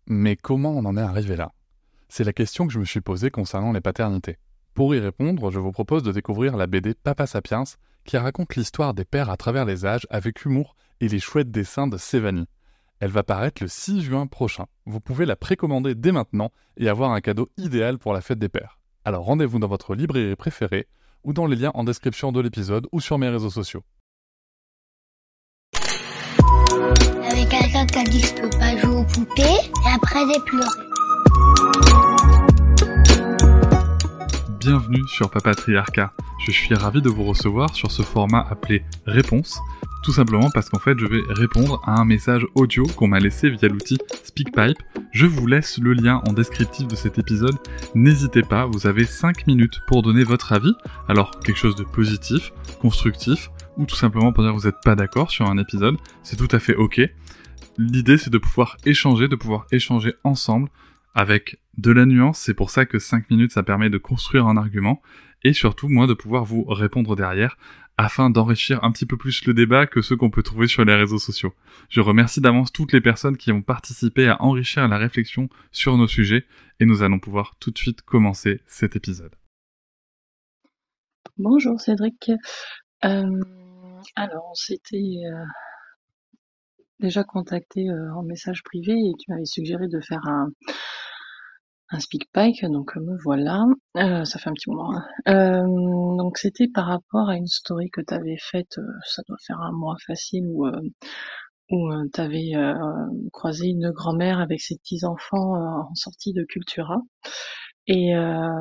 Mais comment on en est arrivé là? C'est la question que je me suis posée concernant les paternités. Pour y répondre, je vous propose de découvrir la BD Papa Sapiens, qui raconte l'histoire des pères à travers les âges avec humour et les chouettes dessins de Sévanie. Elle va paraître le 6 juin prochain. Vous pouvez la précommander dès maintenant et avoir un cadeau idéal pour la fête des pères. Alors rendez-vous dans votre librairie préférée ou dans les liens en description de l'épisode ou sur mes réseaux sociaux. Avec quelqu'un qui a dit que je peux pas jouer aux poupées et après j'ai pleuré. Bienvenue sur Papatriarcat. Je suis ravi de vous recevoir sur ce format appelé Réponse, tout simplement parce qu'en fait je vais répondre à un message audio qu'on m'a laissé via l'outil SpeakPipe. Je vous laisse le lien en descriptif de cet épisode. N'hésitez pas, vous avez 5 minutes pour donner votre avis. Alors quelque chose de positif, constructif, ou tout simplement pour dire que vous n'êtes pas d'accord sur un épisode, c'est tout à fait ok. L'idée c'est de pouvoir échanger ensemble avec de la nuance, c'est pour ça que 5 minutes ça permet de construire un argument, et surtout moi de pouvoir vous répondre derrière, afin d'enrichir un petit peu plus le débat que ceux qu'on peut trouver sur les réseaux sociaux. Je remercie d'avance toutes les personnes qui ont participé à enrichir la réflexion sur nos sujets, et nous allons pouvoir tout de suite commencer cet épisode. Bonjour Cédric. Alors, on s'était déjà contacté en message privé et tu m'avais suggéré de faire un SpeakPipe, donc me voilà. Ça fait un petit moment. Donc c'était par rapport à une story que tu avais faite, ça doit faire un mois facile, où tu avais croisé une grand-mère avec ses petits-enfants en sortie de Cultura. Et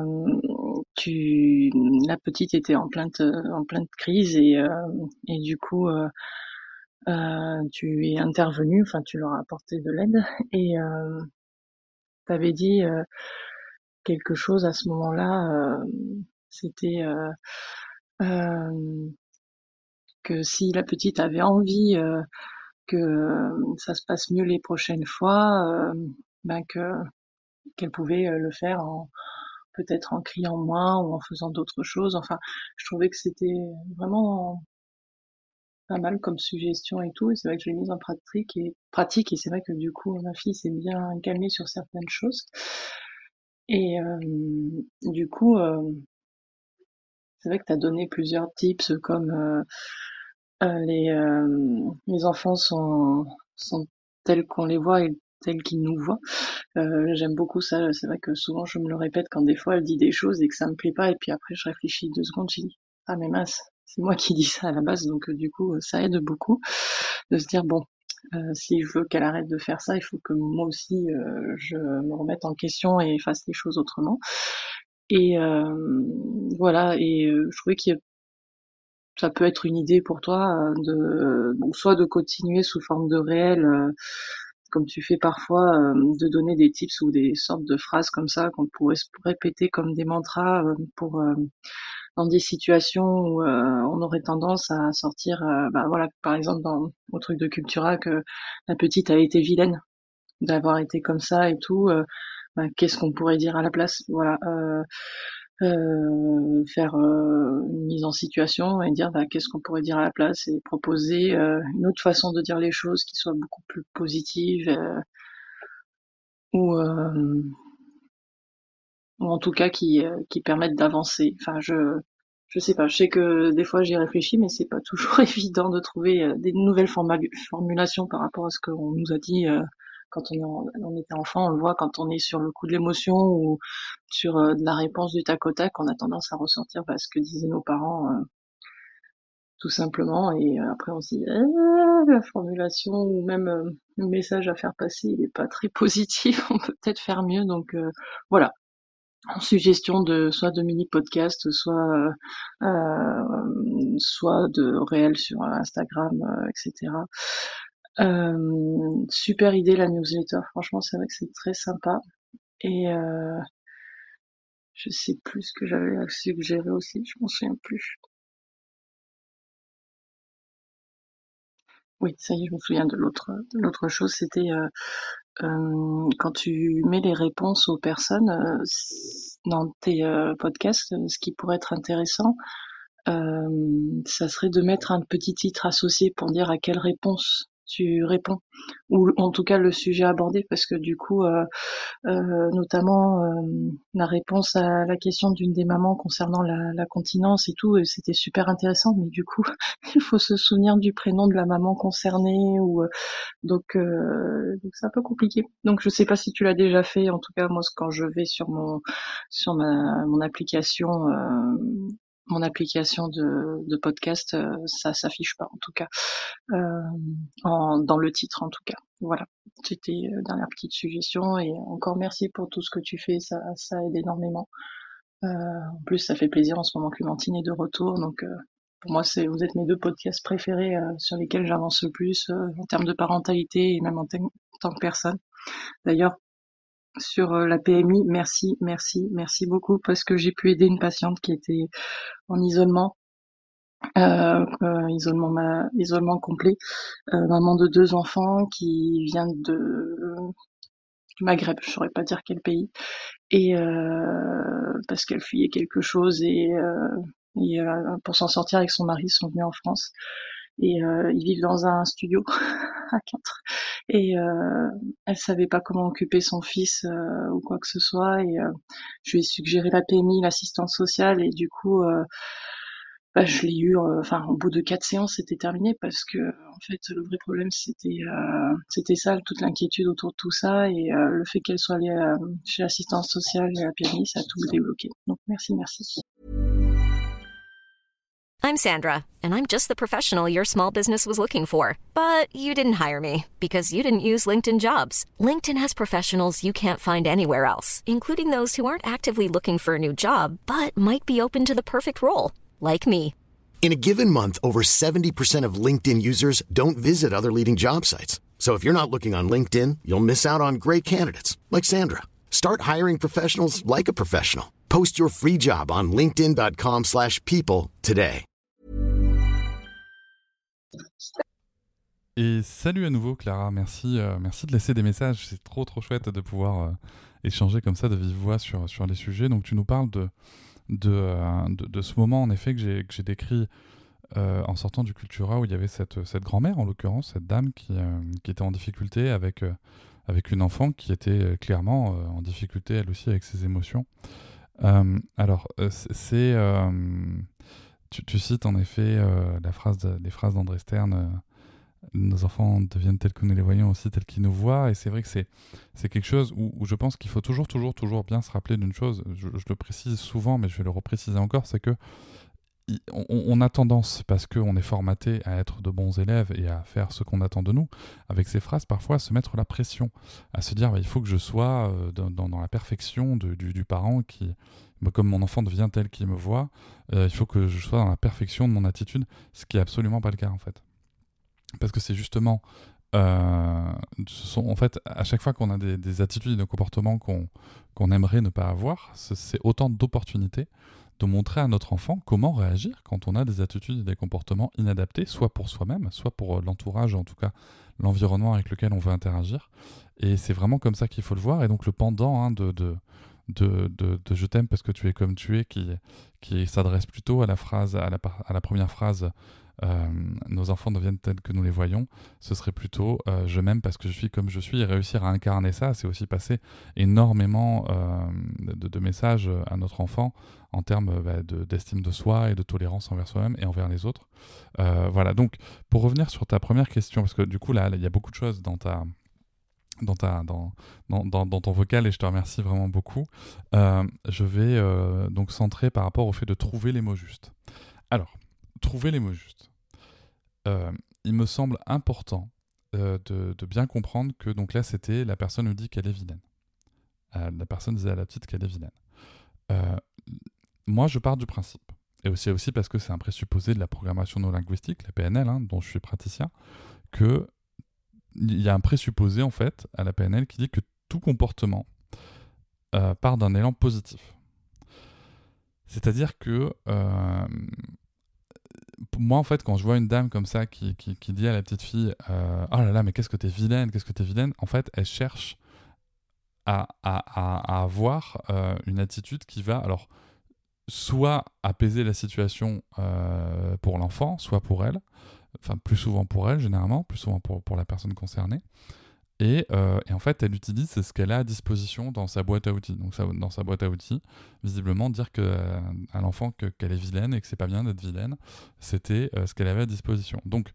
la petite était en pleine crise et du coup tu es intervenu, enfin tu leur as apporté de l'aide et t'avais dit quelque chose à ce moment-là. C'était euh, que si la petite avait envie que ça se passe mieux les prochaines fois, ben qu'elle pouvait le faire peut-être en criant moins ou en faisant d'autres choses. Enfin, je trouvais que c'était vraiment pas mal comme suggestion et tout. Et c'est vrai que je l'ai mise en pratique et c'est vrai que du coup, ma fille s'est bien calmée sur certaines choses. Et du coup, c'est vrai que tu as donné plusieurs tips comme les enfants sont tels qu'on les voit et tels qu'ils nous voient. J'aime beaucoup ça. C'est vrai que souvent je me le répète quand des fois elle dit des choses et que ça me plaît pas et puis après je réfléchis 2 secondes, je dis ah mais mince, c'est moi qui dis ça à la base, donc du coup ça aide beaucoup de se dire bon, si je veux qu'elle arrête de faire ça, il faut que moi aussi je me remette en question et fasse les choses autrement. Et voilà, et je trouvais que ça peut être une idée pour toi soit de continuer sous forme de réel, comme tu fais parfois, de donner des tips ou des sortes de phrases comme ça qu'on pourrait se répéter comme des mantras pour dans des situations où on aurait tendance à sortir, bah voilà, par exemple au truc de Cultura, que la petite a été vilaine d'avoir été comme ça et tout. Bah, qu'est-ce qu'on pourrait dire à la place? Voilà. Faire une mise en situation et dire bah, qu'est-ce qu'on pourrait dire à la place et proposer une autre façon de dire les choses qui soit beaucoup plus positive ou, euh, ou en tout cas qui permettent d'avancer. Enfin, je sais pas, je sais que des fois j'y réfléchis, mais c'est pas toujours évident de trouver des nouvelles formulations par rapport à ce qu'on nous a dit quand on était enfant. On le voit quand on est sur le coup de l'émotion ou sur de la réponse du tac au tac, on a tendance à ressentir ce que disaient nos parents tout simplement. Et après on se dit la formulation ou même le message à faire passer, il est pas très positif. On peut peut-être faire mieux. Donc voilà, en suggestion de soit de mini podcast, soit de réel sur Instagram, etc. Super idée la newsletter. Franchement, c'est vrai que c'est très sympa. Et je sais plus ce que j'avais à suggérer aussi. Je m'en souviens plus. Oui, ça y est, je me souviens de l'autre chose. C'était quand tu mets les réponses aux personnes dans tes podcasts, ce qui pourrait être intéressant, ça serait de mettre un petit titre associé pour dire à quelle réponse tu réponds, ou en tout cas le sujet abordé, parce que du coup, notamment la réponse à la question d'une des mamans concernant la continence et tout, c'était super intéressant, mais du coup, il faut se souvenir du prénom de la maman concernée, ou donc c'est un peu compliqué. Donc je sais pas si tu l'as déjà fait. En tout cas, moi, quand je vais sur mon application, de podcast, ça s'affiche pas, en tout cas, dans le titre, en tout cas. Voilà. C'était dernière petite suggestion, et encore merci pour tout ce que tu fais. Ça aide énormément. En plus, ça fait plaisir en ce moment que Clémentine est de retour, donc pour moi, vous êtes mes 2 podcasts préférés, sur lesquels j'avance le plus, en termes de parentalité et même en tant que personne. D'ailleurs, sur la PMI, merci beaucoup, parce que j'ai pu aider une patiente qui était en isolement, isolement complet, maman de 2 enfants, qui vient du Maghreb, je saurais pas dire quel pays, et parce qu'elle fuyait quelque chose, et pour s'en sortir avec son mari, ils sont venus en France, et ils vivent dans un studio à 4, et elle savait pas comment occuper son fils, ou quoi que ce soit, et je lui ai suggéré la PMI, l'assistance sociale, et du coup, je l'ai eu, enfin, au bout de 4 séances, c'était terminé, parce que en fait, le vrai problème, c'était ça, toute l'inquiétude autour de tout ça, et le fait qu'elle soit allée chez l'assistance sociale et la PMI, ça a tout débloqué. Donc merci. I'm Sandra, and I'm just the professional your small business was looking for. But you didn't hire me because you didn't use LinkedIn Jobs. LinkedIn has professionals you can't find anywhere else, including those who aren't actively looking for a new job, but might be open to the perfect role, like me. In a given month, over 70% of LinkedIn users don't visit other leading job sites. So if you're not looking on LinkedIn, you'll miss out on great candidates like Sandra. Start hiring professionals like a professional. Post your free job on linkedin.com/people today. Et salut à nouveau Clara, merci de laisser des messages, c'est trop chouette de pouvoir échanger comme ça de vive voix sur les sujets. Donc tu nous parles de ce moment en effet que j'ai décrit en sortant du Cultura, où il y avait cette grand-mère, en l'occurrence, cette dame qui était en difficulté avec une enfant qui était clairement en difficulté elle aussi avec ses émotions. Tu cites en effet les phrases d'André Stern, nos enfants deviennent tels que nous les voyons aussi tels qu'ils nous voient, et c'est vrai que c'est quelque chose où je pense qu'il faut toujours bien se rappeler d'une chose. Je le précise souvent, mais je vais le repréciser encore, c'est que on a tendance, parce qu'on est formaté à être de bons élèves et à faire ce qu'on attend de nous, avec ces phrases parfois à se mettre la pression, à se dire il faut que je sois dans la perfection du parent qui, comme mon enfant devient tel qu'il me voit, il faut que je sois dans la perfection de mon attitude, ce qui est absolument pas le cas en fait. Parce que c'est justement en fait, à chaque fois qu'on a des attitudes et des comportements qu'on aimerait ne pas avoir, c'est autant d'opportunités de montrer à notre enfant comment réagir quand on a des attitudes et des comportements inadaptés, soit pour soi-même, soit pour l'entourage, en tout cas l'environnement avec lequel on veut interagir. Et c'est vraiment comme ça qu'il faut le voir. Et donc le pendant de je t'aime parce que tu es comme tu es, qui s'adresse plutôt à la première phrase, nos enfants deviennent tels que nous les voyons, ce serait plutôt je m'aime parce que je suis comme je suis. Et réussir à incarner ça, c'est aussi passer énormément de messages à notre enfant en termes d'estime de soi et de tolérance envers soi-même et envers les autres. Voilà, donc pour revenir sur ta première question, parce que du coup là il y a beaucoup de choses dans ton vocal, et je te remercie vraiment beaucoup. Je vais donc centrer par rapport au fait de trouver les mots justes. Alors, trouver les mots justes. Il me semble important de bien comprendre que, donc là c'était, la personne nous dit qu'elle est vilaine. La personne disait à la petite qu'elle est vilaine. Moi je pars du principe, et aussi parce que c'est un présupposé de la programmation neurolinguistique, la PNL, dont je suis praticien, que il y a un présupposé en fait à la PNL qui dit que tout comportement part d'un élan positif. C'est-à-dire que moi en fait quand je vois une dame comme ça qui dit à la petite fille oh là là mais qu'est-ce que t'es vilaine, en fait elle cherche à avoir une attitude qui va alors soit apaiser la situation pour l'enfant, soit pour elle, enfin plus souvent pour elle généralement, plus souvent pour la personne concernée. Et en fait, elle utilise ce qu'elle a à disposition dans sa boîte à outils. Donc dans sa boîte à outils, visiblement, dire à l'enfant qu'elle est vilaine et que c'est pas bien d'être vilaine, c'était ce qu'elle avait à disposition. Donc,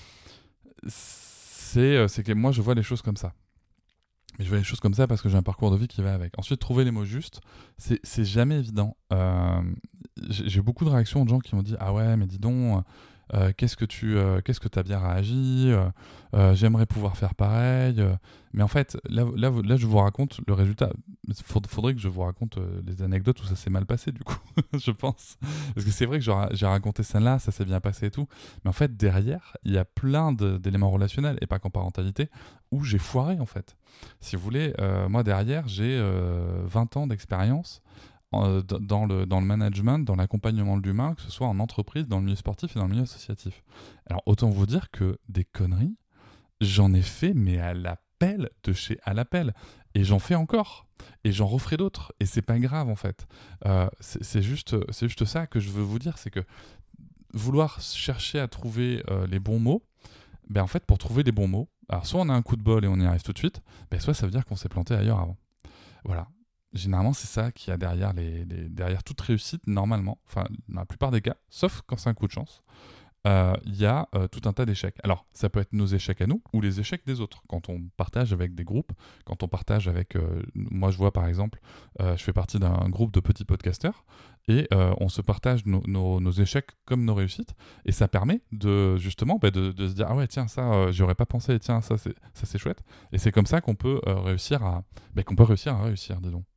c'est que moi, je vois les choses comme ça. Mais je vois les choses comme ça parce que j'ai un parcours de vie qui va avec. Ensuite, trouver les mots justes, c'est jamais évident. J'ai eu beaucoup de réactions de gens qui m'ont dit « Ah ouais, mais dis donc... qu'est-ce que t'as bien réagi, j'aimerais pouvoir faire pareil, mais en fait là je vous raconte le résultat. Faudrait que je vous raconte les anecdotes où ça s'est mal passé du coup je pense, parce que c'est vrai que j'ai raconté celle-là, ça s'est bien passé et tout, mais en fait derrière il y a plein d'éléments relationnels et pas qu'en parentalité où j'ai foiré en fait. Si vous voulez, moi derrière j'ai 20 ans d'expérience dans le management, dans l'accompagnement de l'humain, que ce soit en entreprise, dans le milieu sportif et dans le milieu associatif. Alors autant vous dire que des conneries, j'en ai fait, mais à l'appel de chez à l'appel. Et j'en fais encore. Et j'en referai d'autres. Et c'est pas grave en fait. C'est juste ça que je veux vous dire, c'est que vouloir chercher à trouver les bons mots, ben en fait pour trouver les bons mots, alors soit on a un coup de bol et on y arrive tout de suite, ben soit ça veut dire qu'on s'est planté ailleurs avant. Voilà. Généralement, c'est ça qu'il y a derrière toute réussite, normalement, enfin, dans la plupart des cas, sauf quand c'est un coup de chance, il y a tout un tas d'échecs. Alors, ça peut être nos échecs à nous ou les échecs des autres. Quand on partage avec des groupes, quand on partage avec... moi, je vois par exemple, je fais partie d'un groupe de petits podcasteurs et on se partage nos échecs comme nos réussites. Et ça permet justement de se dire « Ah ouais, tiens, ça, j'y aurais pas pensé. Tiens, ça, c'est chouette. » Et c'est comme ça qu'on peut réussir à réussir, dis donc.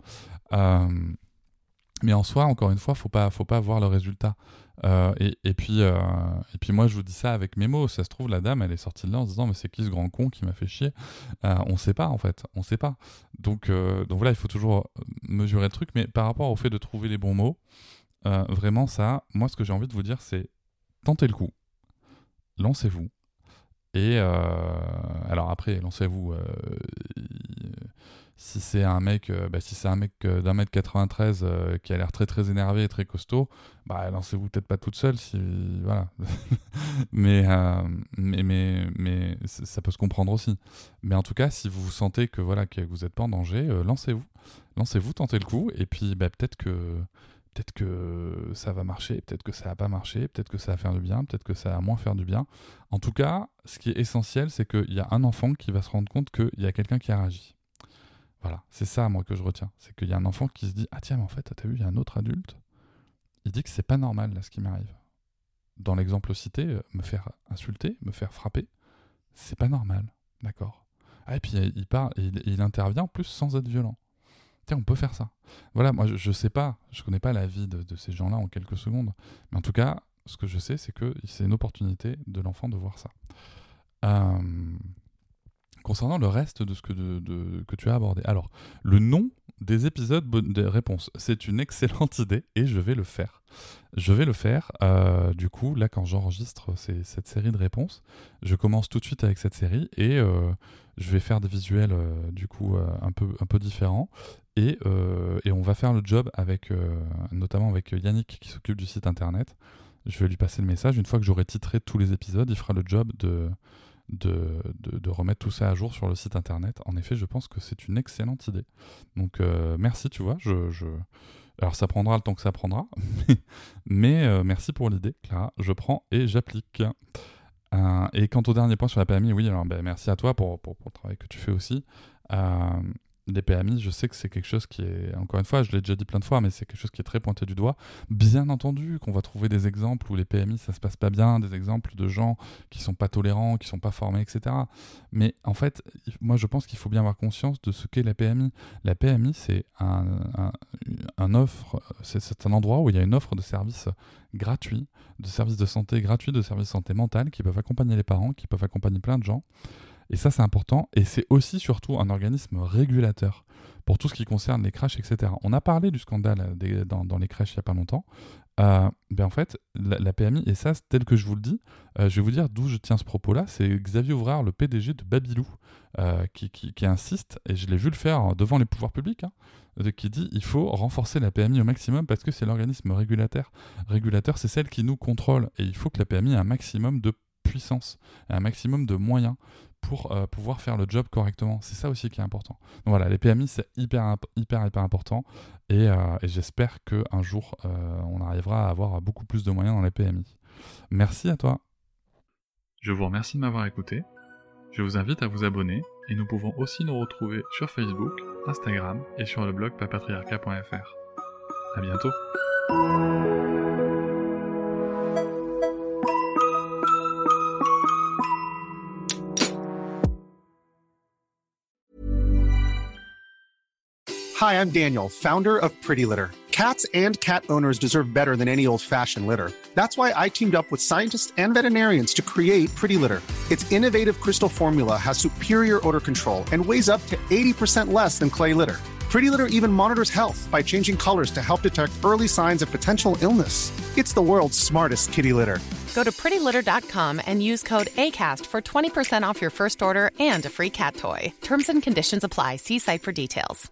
Mais en soi, encore une fois, faut pas voir le résultat. Et puis moi, je vous dis ça avec mes mots. Ça se trouve, la dame, elle est sortie de là en se disant « Mais c'est qui ce grand con qui m'a fait chier ?» On sait pas, en fait. On sait pas. Donc voilà, il faut toujours mesurer le truc. Mais par rapport au fait de trouver les bons mots, vraiment, ça, moi, ce que j'ai envie de vous dire, c'est tentez le coup. Lancez-vous. Et alors après, lancez-vous... si c'est un mec d'un mètre 93 qui a l'air très très énervé et très costaud, bah lancez-vous peut-être pas toute seule, voilà. mais ça peut se comprendre aussi. Mais en tout cas, si vous sentez que voilà que vous n'êtes pas en danger, lancez-vous, tentez le coup, et puis bah, peut-être que ça va marcher, peut-être que ça va pas marcher, peut-être que ça va faire du bien, peut-être que ça va moins faire du bien. En tout cas, ce qui est essentiel, c'est qu'il y a un enfant qui va se rendre compte qu'il y a quelqu'un qui a réagi. Voilà, c'est ça, moi, que je retiens. C'est qu'il y a un enfant qui se dit « Ah tiens, mais en fait, t'as vu, il y a un autre adulte. Il dit que c'est pas normal, là, ce qui m'arrive. » Dans l'exemple cité, me faire insulter, me faire frapper, c'est pas normal. D'accord. Ah, et puis, il part, et il intervient, en plus, sans être violent. Tiens, on peut faire ça. Voilà, moi, je sais pas, je connais pas la vie de ces gens-là en quelques secondes. Mais en tout cas, ce que je sais, c'est que c'est une opportunité de l'enfant de voir ça. Concernant le reste de ce que tu as abordé. Alors, le nom des épisodes des réponses, c'est une excellente idée et je vais le faire. Du coup, là, quand j'enregistre cette série de réponses, je commence tout de suite avec cette série et je vais faire des visuels du coup un peu différents et on va faire le job notamment avec Yannick qui s'occupe du site internet. Je vais lui passer le message. Une fois que j'aurai titré tous les épisodes, il fera le job de remettre tout ça à jour sur le site internet. En effet, je pense que c'est une excellente idée. Donc merci, tu vois. Alors ça prendra le temps que ça prendra, mais merci pour l'idée, Clara. Je prends et j'applique. Et quant au dernier point sur la PMI, oui, alors merci à toi pour le travail que tu fais aussi. Les PMI, je sais que c'est quelque chose qui est, encore une fois, je l'ai déjà dit plein de fois, mais c'est quelque chose qui est très pointé du doigt. Bien entendu qu'on va trouver des exemples où les PMI, ça se passe pas bien, des exemples de gens qui sont pas tolérants, qui sont pas formés, etc. Mais en fait, moi je pense qu'il faut bien avoir conscience de ce qu'est la PMI. La PMI, c'est un offre, c'est un endroit où il y a une offre de services gratuits, de services de santé gratuits, de services de santé mentale, qui peuvent accompagner les parents, qui peuvent accompagner plein de gens. Et ça, c'est important. Et c'est aussi, surtout, un organisme régulateur pour tout ce qui concerne les crèches, etc. On a parlé du scandale dans les crèches il n'y a pas longtemps. En fait, la PMI, et ça, tel que je vous le dis, je vais vous dire d'où je tiens ce propos-là. C'est Xavier Ouvrard, le PDG de Babylou, qui insiste, et je l'ai vu le faire devant les pouvoirs publics, qui dit il faut renforcer la PMI au maximum parce que c'est l'organisme régulateur. Régulateur, c'est celle qui nous contrôle. Et il faut que la PMI ait un maximum de puissance et un maximum de moyens pour pouvoir faire le job correctement. C'est ça aussi qui est important. Donc voilà, les PMI, c'est hyper important et j'espère qu'un jour, on arrivera à avoir beaucoup plus de moyens dans les PMI. Merci à toi. Je vous remercie de m'avoir écouté. Je vous invite à vous abonner et nous pouvons aussi nous retrouver sur Facebook, Instagram et sur le blog papatriarcat.fr. À bientôt. Hi, I'm Daniel, founder of Pretty Litter. Cats and cat owners deserve better than any old-fashioned litter. That's why I teamed up with scientists and veterinarians to create Pretty Litter. Its innovative crystal formula has superior odor control and weighs up to 80% less than clay litter. Pretty Litter even monitors health by changing colors to help detect early signs of potential illness. It's the world's smartest kitty litter. Go to prettylitter.com and use code ACAST for 20% off your first order and a free cat toy. Terms and conditions apply. See site for details.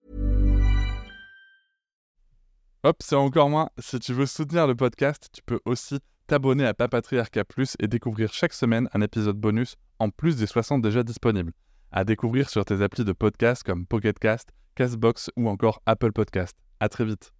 Hop, c'est encore moins. Si tu veux soutenir le podcast, tu peux aussi t'abonner à Papatriarcat Plus et découvrir chaque semaine un épisode bonus en plus des 60 déjà disponibles. À découvrir sur tes applis de podcast comme Pocket Cast, Castbox ou encore Apple Podcast. À très vite.